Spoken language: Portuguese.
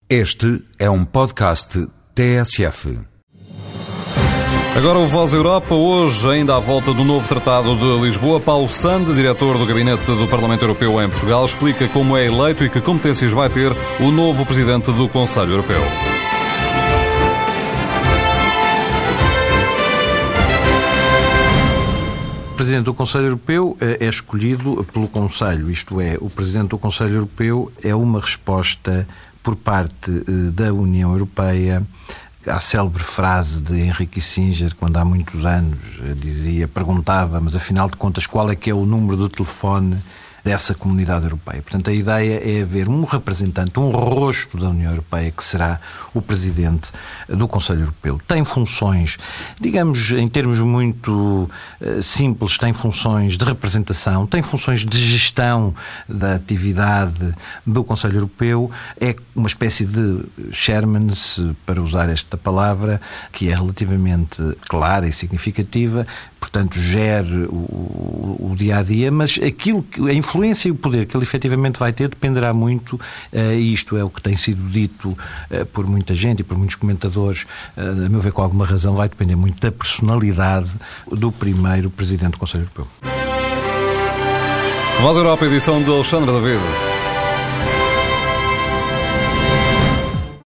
Este é um podcast TSF. Agora o Voz Europa, hoje ainda à volta do novo Tratado de Lisboa. Paulo Sande, diretor do Gabinete do Parlamento Europeu em Portugal, explica como é eleito e que competências vai ter o novo Presidente do Conselho Europeu. O Presidente do Conselho Europeu é escolhido pelo Conselho, isto é, o Presidente do Conselho Europeu é uma resposta por parte da União Europeia à célebre frase de Henry Kissinger, quando há muitos anos perguntava, mas afinal de contas, qual é que é o número do telefone dessa comunidade europeia. Portanto, a ideia é haver um representante, um rosto da União Europeia, que será o Presidente do Conselho Europeu. Tem funções, digamos, em termos muito simples, tem funções de representação, tem funções de gestão da atividade do Conselho Europeu, é uma espécie de chairman, para usar esta palavra, que é relativamente clara e significativa, portanto, gere o dia-a-dia, mas a influência e o poder que ele efetivamente vai ter dependerá muito, e isto é o que tem sido dito por muita gente e por muitos comentadores, a meu ver com alguma razão, vai depender muito da personalidade do primeiro Presidente do Conselho Europeu. Voz Europa, edição de Alexandre David.